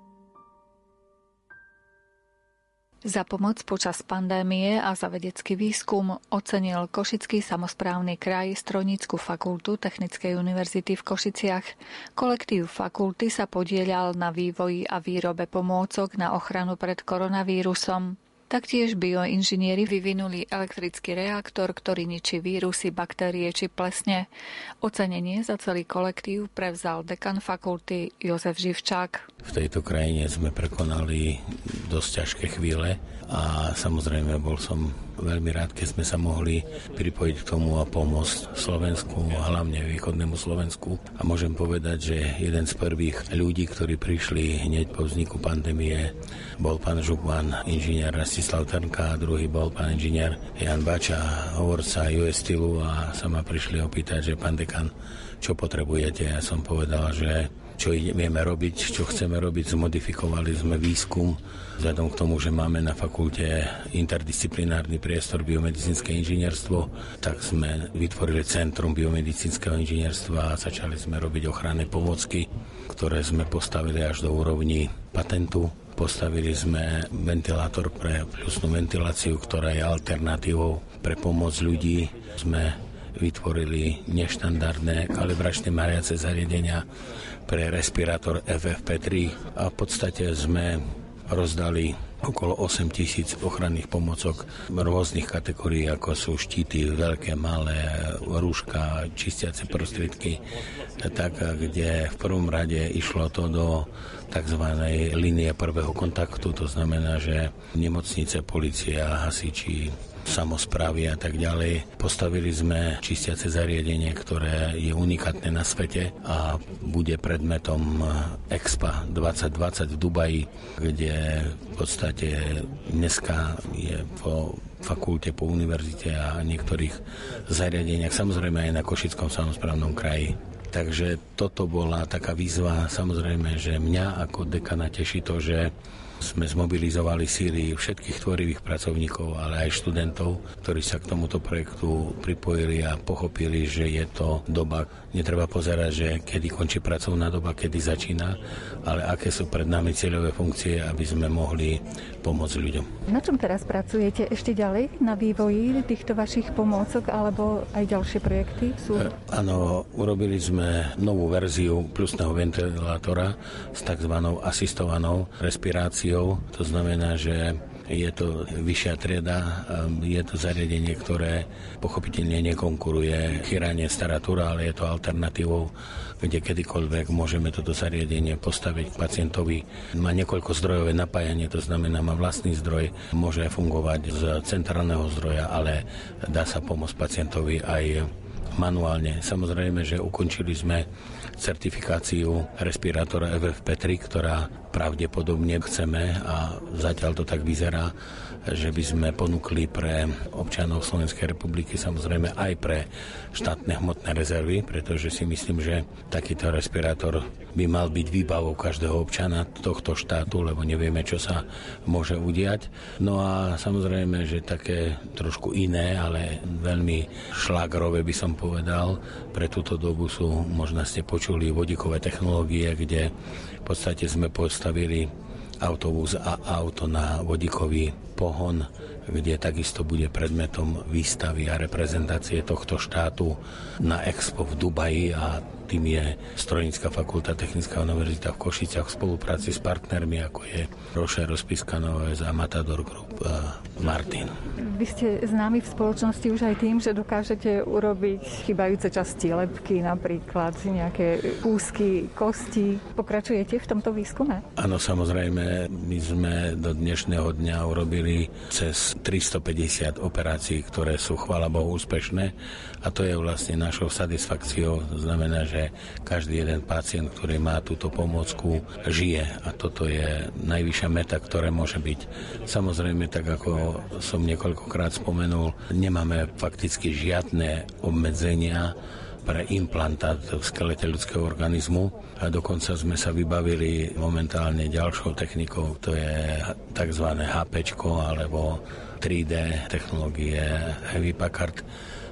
Za pomoc počas pandémie a za vedecký výskum ocenil Košický samosprávny kraj Strojnícku fakultu Technickej univerzity v Košiciach. Kolektív fakulty sa podieľal na vývoji a výrobe pomôcok na ochranu pred koronavírusom. Taktiež bioinžinieri vyvinuli elektrický reaktor, ktorý ničí vírusy, baktérie či plesne. Ocenenie za celý kolektív prevzal dekan fakulty Jozef Živčák. V tejto krajine sme prekonali dosť ťažké chvíle a samozrejme bol som veľmi rád, keď sme sa mohli pripojiť k tomu a pomôcť Slovensku, hlavne východnému Slovensku. A môžem povedať, že jeden z prvých ľudí, ktorí prišli hneď po vzniku pandémie, bol pán župan, inžinier Rastislav Trnka, a druhý bol pán inžinier Jan Bača, hovorca ú es Stylu, a sa ma prišli opýtať, že pán dekan, čo potrebujete? Ja som povedal, že čo vieme robiť, čo chceme robiť. Zmodifikovali sme výskum vzhľadom k tomu, že máme na fakulte interdisciplinárny priestor biomedicínske inžinierstvo, tak sme vytvorili Centrum biomedicínskeho inžinierstva a začali sme robiť ochranné pomôcky, ktoré sme postavili až do úrovni patentu. Postavili sme ventilátor pre pľusnú ventiláciu, ktorá je alternatívou pre pomoc ľudí. Sme vytvorili neštandardné kalibračné meriace zariadenia pre respirátor ef ef pé tri a v podstate sme rozdali okolo osem tisíc ochranných pomôcok rôznych kategórií, ako sú štíty, veľké, malé, rúška, čistiace prostriedky, tak kde v prvom rade išlo to do tzv. Línie prvého kontaktu, to znamená, že nemocnice, polícia, hasiči, samosprávy a tak ďalej. Postavili sme čistiace zariadenie, ktoré je unikátne na svete a bude predmetom Expa dvadsať dvadsať v Dubaji, kde v podstate dneska je po fakulte, po univerzite a niektorých zariadeniach, samozrejme aj na Košickom samosprávnom kraji. Takže toto bola taká výzva. Samozrejme, že mňa ako dekana teší to, že sme zmobilizovali síly všetkých tvorivých pracovníkov, ale aj študentov, ktorí sa k tomuto projektu pripojili a pochopili, že je to doba. Netreba pozerať, že kedy končí pracovná doba, kedy začína, ale aké sú pred nami cieľové funkcie, aby sme mohli pomôcť ľuďom. Na čom teraz pracujete? Ešte ďalej na vývoji týchto vašich pomôcok alebo aj ďalšie projekty sú? E, áno, urobili sme novú verziu pľusného ventilátora s tzv. Asistovanou respiráciou. To znamená, že je to vyššia trieda, je to zariadenie, ktoré pochopiteľne nekonkuruje chiranie staratúra, ale je to alternatívou, kde kedykoľvek môžeme toto zariadenie postaviť k pacientovi. Má niekoľko zdrojové napájanie, to znamená, má vlastný zdroj, môže fungovať z centrálneho zdroja, ale dá sa pomôcť pacientovi aj manuálne. Samozrejme, že ukončili sme certifikáciu respirátora ef ef pé tri, ktorá pravdepodobne chceme a zatiaľ to tak vyzerá, že by sme ponúkli pre občanov Slovenskej republiky, samozrejme aj pre štátne hmotné rezervy, pretože si myslím, že takýto respirátor by mal byť výbavou každého občana tohto štátu, lebo nevieme, čo sa môže udiať. No a samozrejme, že také trošku iné, ale veľmi šlágrové by som povedal, pre túto dobu sú, možno ste počuli, vodíkové technológie, kde v podstate sme postavili autobus a auto na vodíkový pohon, kde takisto bude predmetom výstavy a reprezentácie tohto štátu na Expo v Dubaji a tým je Strojnícka fakulta Technická univerzita v Košiciach v spolupráci s partnermi, ako je Roche Rozpiska Noves a Matador Group Martin. Vy ste známi v spoločnosti už aj tým, že dokážete urobiť chýbajúce časti lebky, napríklad nejaké kúsky kosti. Pokračujete v tomto výskume? Áno, samozrejme. My sme do dnešného dňa urobili cez tristopäťdesiat operácií, ktoré sú, chvála Bohu, úspešné. A to je vlastne našou satisfakciou. To znamená, že každý jeden pacient, ktorý má túto pomôcku, žije. A toto je najvyššia meta, ktorá môže byť. Samozrejme, tak ako som niekoľkokrát spomenul, nemáme fakticky žiadne obmedzenia pre implantát v skelete ľudského organizmu a dokonca sme sa vybavili momentálne ďalšou technikou, to je tzv. há péčko alebo tri dé technológie Heavy Packard,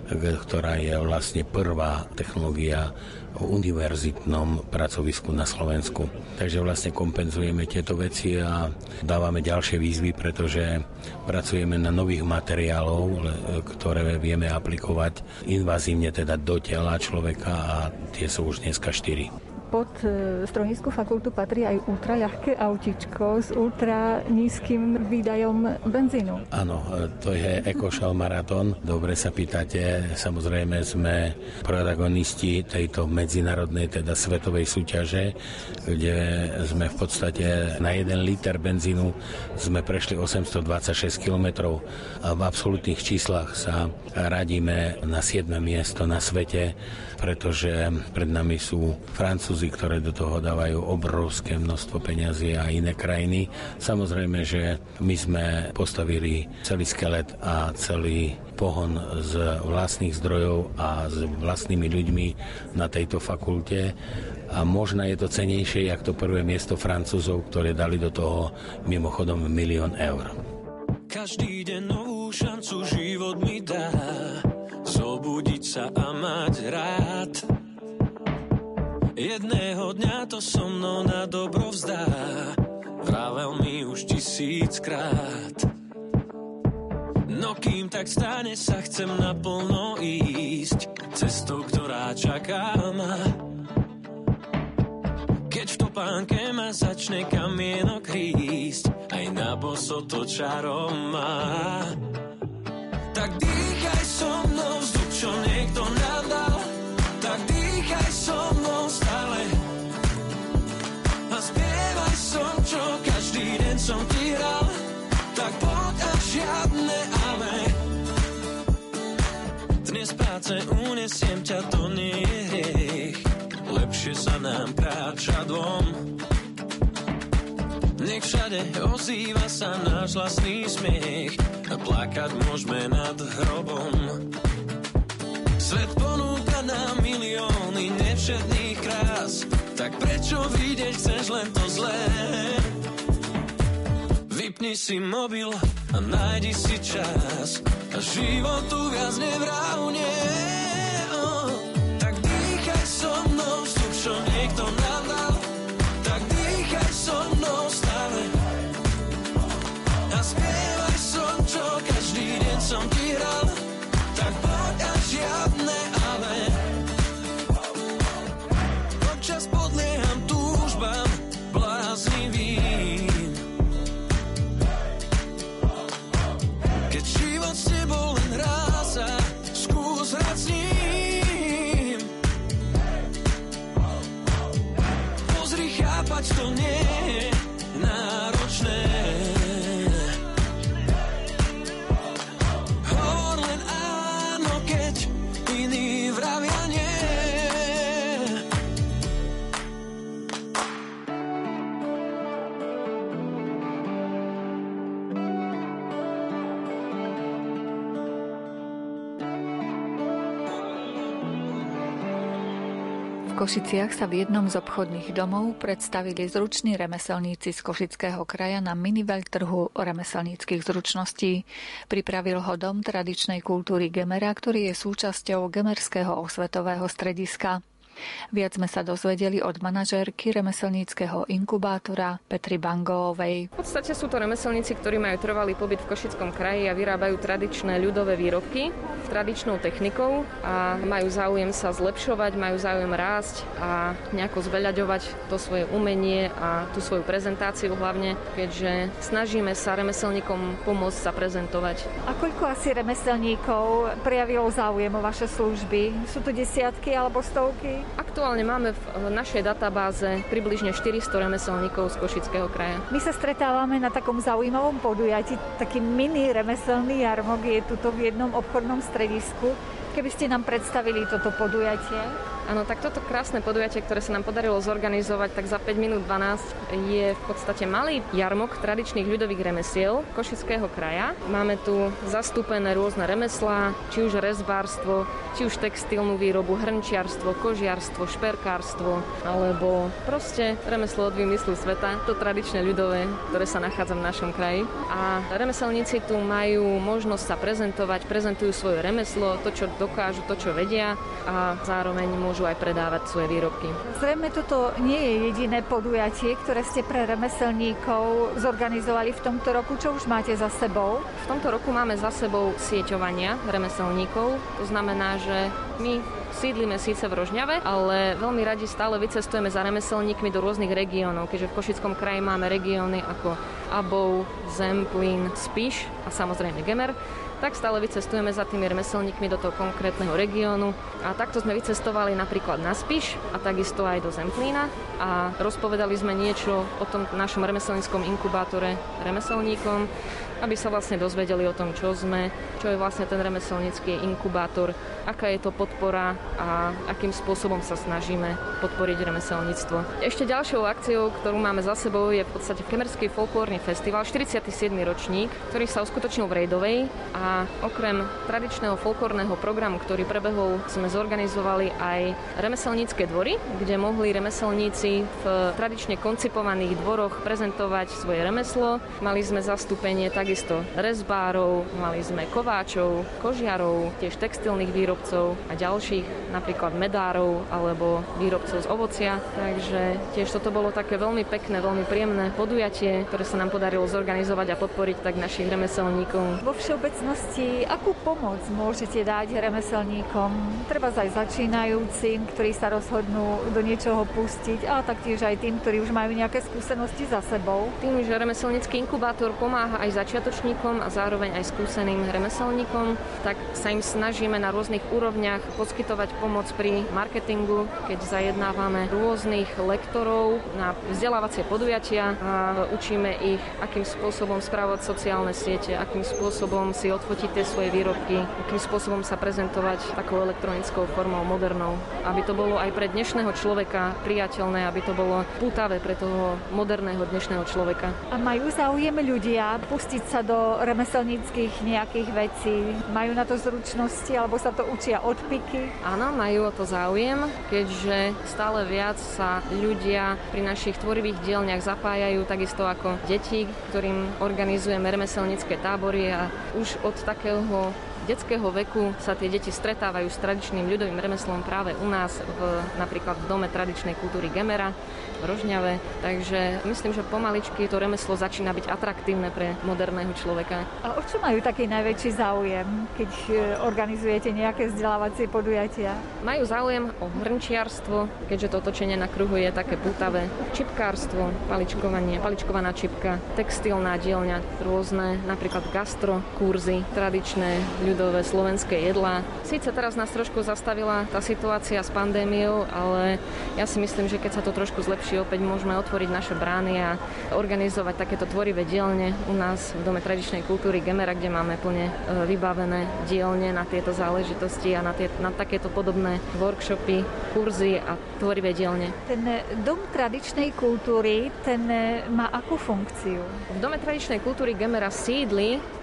ktorá je vlastne prvá technológia v univerzitnom pracovisku na Slovensku. Takže vlastne kompenzujeme tieto veci a dávame ďalšie výzvy, pretože pracujeme na nových materiálov, ktoré vieme aplikovať invazívne teda do tela človeka a tie sú už dneska štyri. Pod Strojnícku fakultu patrí aj ultraľahké autičko s ultra nízkym výdajom benzínu. Áno, to je EcoShell Marathon. Dobre sa pýtate, samozrejme sme protagonisti tejto medzinárodnej, teda svetovej súťaže, kde sme v podstate na jeden liter benzínu sme prešli osemstodvadsaťšesť kilometrov a v absolútnych číslach sa radíme na siedme miesto na svete, pretože pred nami sú Francúzi, ktoré do toho dávajú obrovské množstvo peňazí a iné krajiny. Samozrejme, že my sme postavili celý skelet a celý pohon z vlastných zdrojov a s vlastnými ľuďmi na tejto fakulte. A možno je to cenejšie, jak to prvé miesto Francúzov, ktoré dali do toho mimochodom milión eur. Každý deň novú šancu život mi dá, zobudiť sa a mať rád. Jedného dňa to so mnou na dobro vzdá, vravel mi už tisíckrát. No kým tak stane, sa chcem naplno ísť cestou, ktorá čaká ma. Keď v topánke ma začne kamienok rísť, aj na boso to čarom má. Tak dýchaj so mnou vzduch, čo niekto nám dal, tak dýchaj so mnou stále a spievaj som, čo každý deň som ti hral, tak poď a žiadne ale. Dnes práce unesiem ťa, to nie je hriech, lepšie sa nám kráča dvom. Nech všade ozýva sa náš vlastný smiech a plakať môžeme nad hrobom. Svet ponúka nám milióny nevšetných krás, tak prečo vidieť chceš len to zlé? Vypni si mobil a nájdi si čas a životu viac nevrávne. Oh, tak dýchaj so mnou vzduch, čo niekto nám dal, tak dýchaj so mnou stále a spievaj som, čo každý deň som ti hral, tak poď a žiadne ale. Občas podlieham túžbám bláznivým, keď život s tebou len hrá sa, skús hrať s ním. Pozri, chápať to nie je náročné. Hovor len áno, keď iný vrát. Košiciach sa v jednom z obchodných domov predstavili zruční remeselníci z Košického kraja na mini-veľtrhu remeselníckych zručností. Pripravil ho Dom tradičnej kultúry Gemera, ktorý je súčasťou Gemerského osvetového strediska. Viac sme sa dozvedeli od manažérky remeselníckeho inkubátora Petry Bangóovej. V podstate sú to remeselníci, ktorí majú trvalý pobyt v Košickom kraji a vyrábajú tradičné ľudové výrobky tradičnou technikou a majú záujem sa zlepšovať, majú záujem rásť a nejako zveľaďovať to svoje umenie a tú svoju prezentáciu hlavne, keďže snažíme sa remeselníkom pomôcť sa prezentovať. A koľko asi remeselníkov prejavilo záujem o vaše služby? Sú to desiatky alebo stovky? Aktuálne máme v našej databáze približne štyristo remeselníkov z Košického kraja. My sa stretávame na takom zaujímavom podujatí, taký mini remeselný jarmok je tuto v jednom obchodnom stredisku. Keby ste nám predstavili toto podujatie? Áno, tak toto krásne podujatie, ktoré sa nám podarilo zorganizovať, tak za päť minút dvanásť je v podstate malý jarmok tradičných ľudových remesiel Košického kraja. Máme tu zastúpené rôzne remeslá, či už rezbárstvo, či už textilnú výrobu, hrnčiarstvo, kožiarstvo, šperkárstvo, alebo proste remeslo od výmyslu sveta, to tradičné ľudové, ktoré sa nachádza v našom kraji. A remeselníci tu majú možnosť sa prezentovať, prezentujú svoje remeslo, to, čo dokážu, to, čo vedia a zároveň môžu aj predávať svoje výrobky. Zrejme toto nie je jediné podujatie, ktoré ste pre remeselníkov zorganizovali v tomto roku. Čo už máte za sebou? V tomto roku máme za sebou sieťovania remeselníkov. To znamená, že my sídlime síce v Rožňave, ale veľmi radi stále vycestujeme za remeselníkmi do rôznych regiónov, keďže v Košickom kraji máme regióny ako Abov, Zemplín, Spiš a samozrejme Gemer. Tak stále vycestujeme za tými remeselníkmi do toho konkrétneho regiónu. A takto sme vycestovali napríklad na Spiš a takisto aj do Zemplína a rozpovedali sme niečo o tom našom remeselníckom inkubátore remeselníkom, aby sa vlastne dozvedeli o tom, čo sme, čo je vlastne ten remeselnícky inkubátor, aká je to podpora a akým spôsobom sa snažíme podporiť remeselníctvo. Ešte ďalšou akciou, ktorú máme za sebou, je v podstate Gemerský folklórny festival, štyridsiaty siedmy ročník, ktorý sa uskutočnil v Rejdovej a okrem tradičného folklórneho programu, ktorý prebehol, sme zorganizovali aj remeselnícke dvory, kde mohli remeselníci v tradične koncipovaných dvoroch prezentovať svoje remeslo. Mali sme zastúpenie takisto rezbárov, mali sme kováčov, kožiarov, tiež textilných výrobcov a ďalších, napríklad medárov alebo výrobcov z ovocia. Takže tiež toto bolo také veľmi pekné, veľmi príjemné podujatie, ktoré sa nám podarilo zorganizovať a podporiť tak našich remeselníkov. Vo všeobecnosti, akú pomoc môžete dať remeselníkom, treba aj začínajúcim, ktorí sa rozhodnú do niečoho pustiť, a taktiež aj tým, ktorí už majú nejaké skúsenosti za sebou? Tým, že remeselnícky inkubátor pomáha aj začiatočníkom a zároveň aj skúseným remeselníkom, tak sa im snažíme na rôznych úrovniach poskytovať pomoc pri marketingu, keď zajednávame rôznych lektorov na vzdelávacie podujatia a učíme ich, akým spôsobom správať sociálne siete, akým spôsobom si odfotiť tie svoje výrobky, akým spôsobom sa prezentovať takou elektronickou formou, modernou, aby to bolo aj pre dnešného človeka priateľné, aby to bolo pútavé pre toho moderného dnešného človeka. A majú záujem ľudia pustiť sa do remeselníckych nejakých vecí? Majú na to zručnosti, alebo sa to učia od piky? Áno, majú o to záujem, keďže stále viac sa ľudia pri našich tvorivých dielniach zapájajú, takisto ako deti, ktorým organizujeme remeselnícke tábory a už od takého detského veku sa tie deti stretávajú s tradičným ľudovým remeslom práve u nás, v, napríklad v Dome tradičnej kultúry Gemera v Rožňave. Takže myslím, že pomaličky to remeslo začína byť atraktívne pre moderného človeka. A o čo majú taký najväčší záujem, keď organizujete nejaké vzdelávacie podujatia? Majú záujem o hrnčiarstvo, keďže to točenie na kruhu je také pútavé. Čipkárstvo, paličkovanie, paličkovaná čipka, textilná dielňa, rôzne napríklad gastro, kurzy, tradičné ľudové slovenské jedlá. Síce teraz nás trošku zastavila tá situácia s pandémiou, ale ja si myslím, že keď sa to trošku zlepší, opäť môžeme otvoriť naše brány a organizovať takéto tvorivé dielne u nás v Dome tradičnej kultúry Gemera, kde máme plne vybavené dielne na tieto záležitosti a na, tie, na takéto podobné workshopy, kurzy a tvorivé dielne. Ten Dom tradičnej kultúry, ten má akú funkciu? V Dome tradičnej kultúry Gemera sídli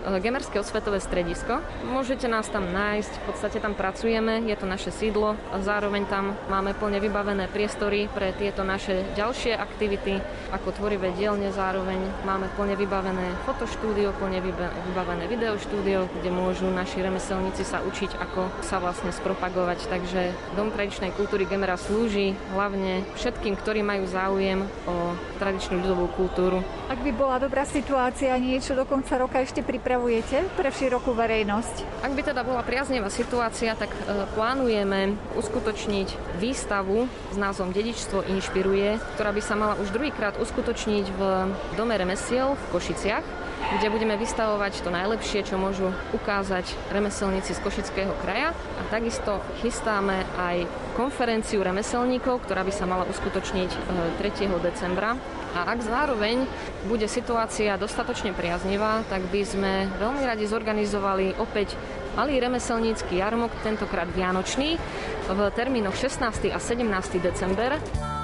Gemerské osvetové stredisko. Môžete nás tam nájsť, v podstate tam pracujeme, je to naše sídlo a zároveň tam máme plne vybavené priestory pre tieto naše ďalšie aktivity, ako tvorivé dielne zároveň. Máme plne vybavené fotoštúdio, plne vybavené videoštúdio, kde môžu naši remeselníci sa učiť, ako sa vlastne spropagovať. Takže Dom tradičnej kultúry Gemera slúži hlavne všetkým, ktorí majú záujem o tradičnú ľudovú kultúru. Ak by bola dobrá situácia, niečo do konca roka ešte pripravujete pre širokú verejnosť? Ak by teda bola priaznivá situácia, tak e, plánujeme uskutočniť výstavu s názvom Dedičstvo inšpiruje, ktorá by sa mala už druhýkrát uskutočniť v Dome remesiel v Košiciach, kde budeme vystavovať to najlepšie, čo môžu ukázať remeselníci z Košického kraja. A takisto chystáme aj konferenciu remeselníkov, ktorá by sa mala uskutočniť tretieho decembra. A ak zároveň bude situácia dostatočne priaznivá, tak by sme veľmi radi zorganizovali opäť malý remeselnícky jarmok, tentokrát vianočný, v termínoch šestnásteho a sedemnásteho december.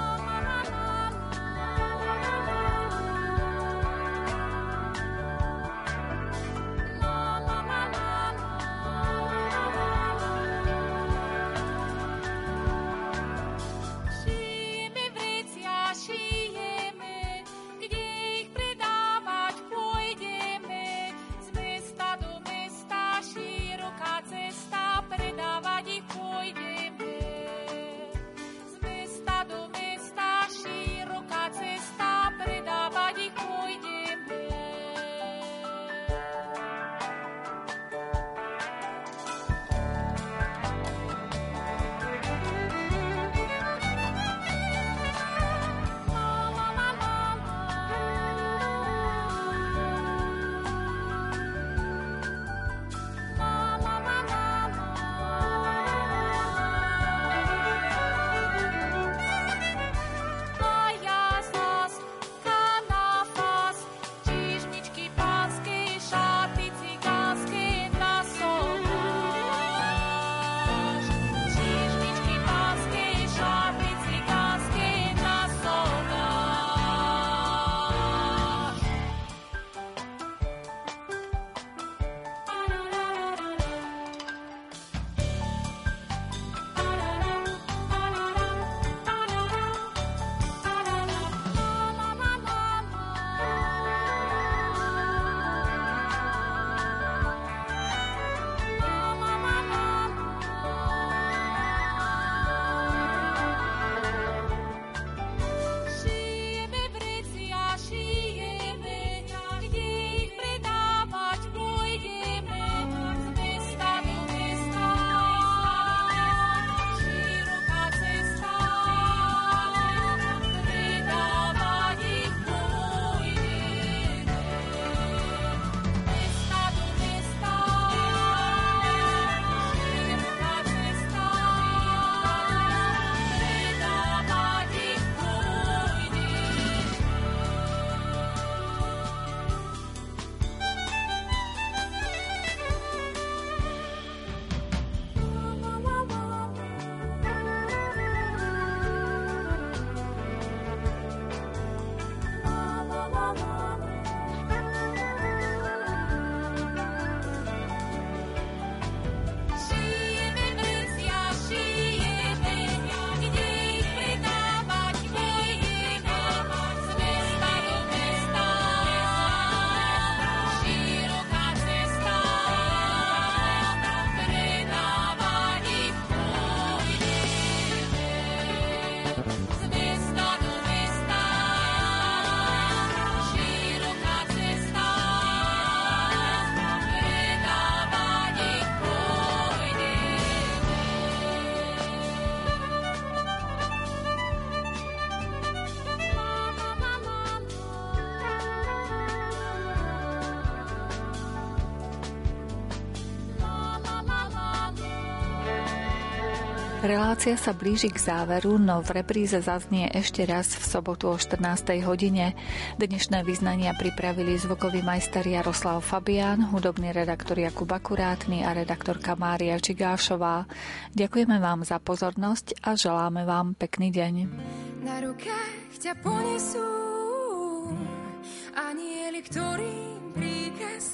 Relácia sa blíži k záveru, no v repríze zaznie ešte raz v sobotu o štrnástej hodine. Dnešné vyznania pripravili zvukový majster Jaroslav Fabián, hudobný redaktor Jakub Akurátny a redaktorka Mária Čigášová. Ďakujeme vám za pozornosť a želáme vám pekný deň. Na rukách ťa ponesú anieli, ktorým príkaz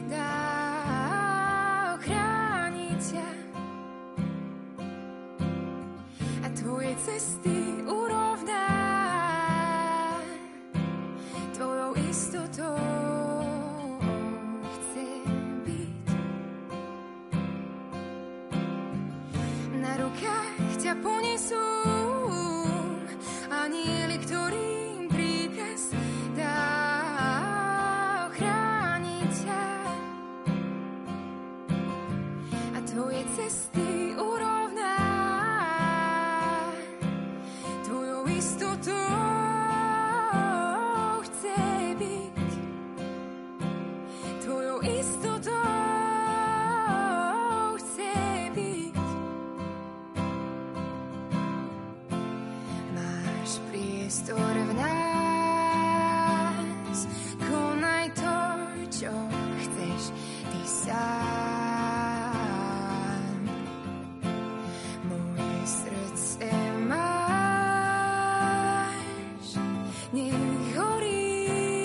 dá ochrániť ťa a tvoje cesty urovná tvojou istotou. Chce byť na rukách ťa ponesú anjeli, ktorým príkaz dá ochrániť ťa a tvoje cesty urovná tvojou istotou. Chce byť tvojou istotou. Chce byť. Máš priestor v nás, konaj to, čo chceš ty sám. Moje srdce máš, nech horí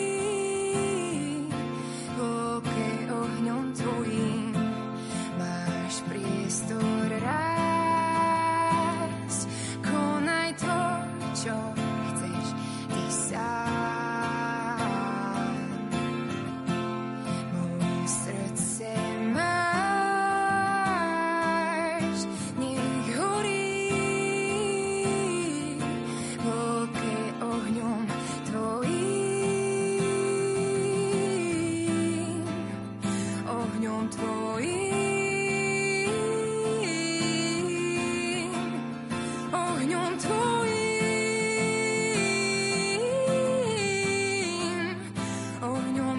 v oke ohňom tvojím. Máš priestor raz, konaj to, čo chceš ty sám. Moje srdce máš, nech horí v oke ohňom tvojím. Ohňom tvojím. Ohňom tvojím. Ohňom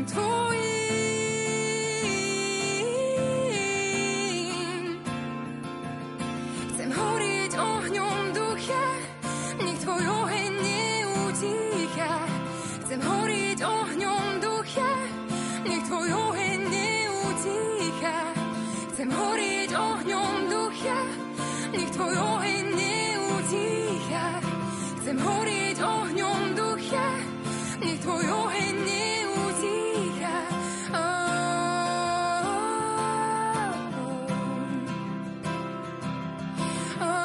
tvojím. Chcem horieť ohňom ducha, nech tvoj oheň neutícha. Chcem horieť ohňom ducha, nech tvoj oheň neutícha. Chcem horieť ohňom ducha, nech tvoj oheň neutícha. Chcem horieť ohňom ducha, nech tvoj oheň neutícha. Oh, oh,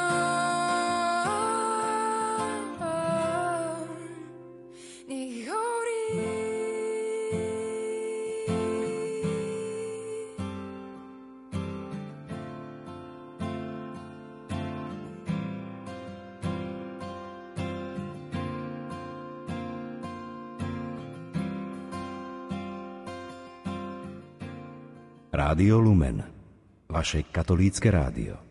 oh, oh. Nech horí. Rádio Lumen, vaše katolícke rádio.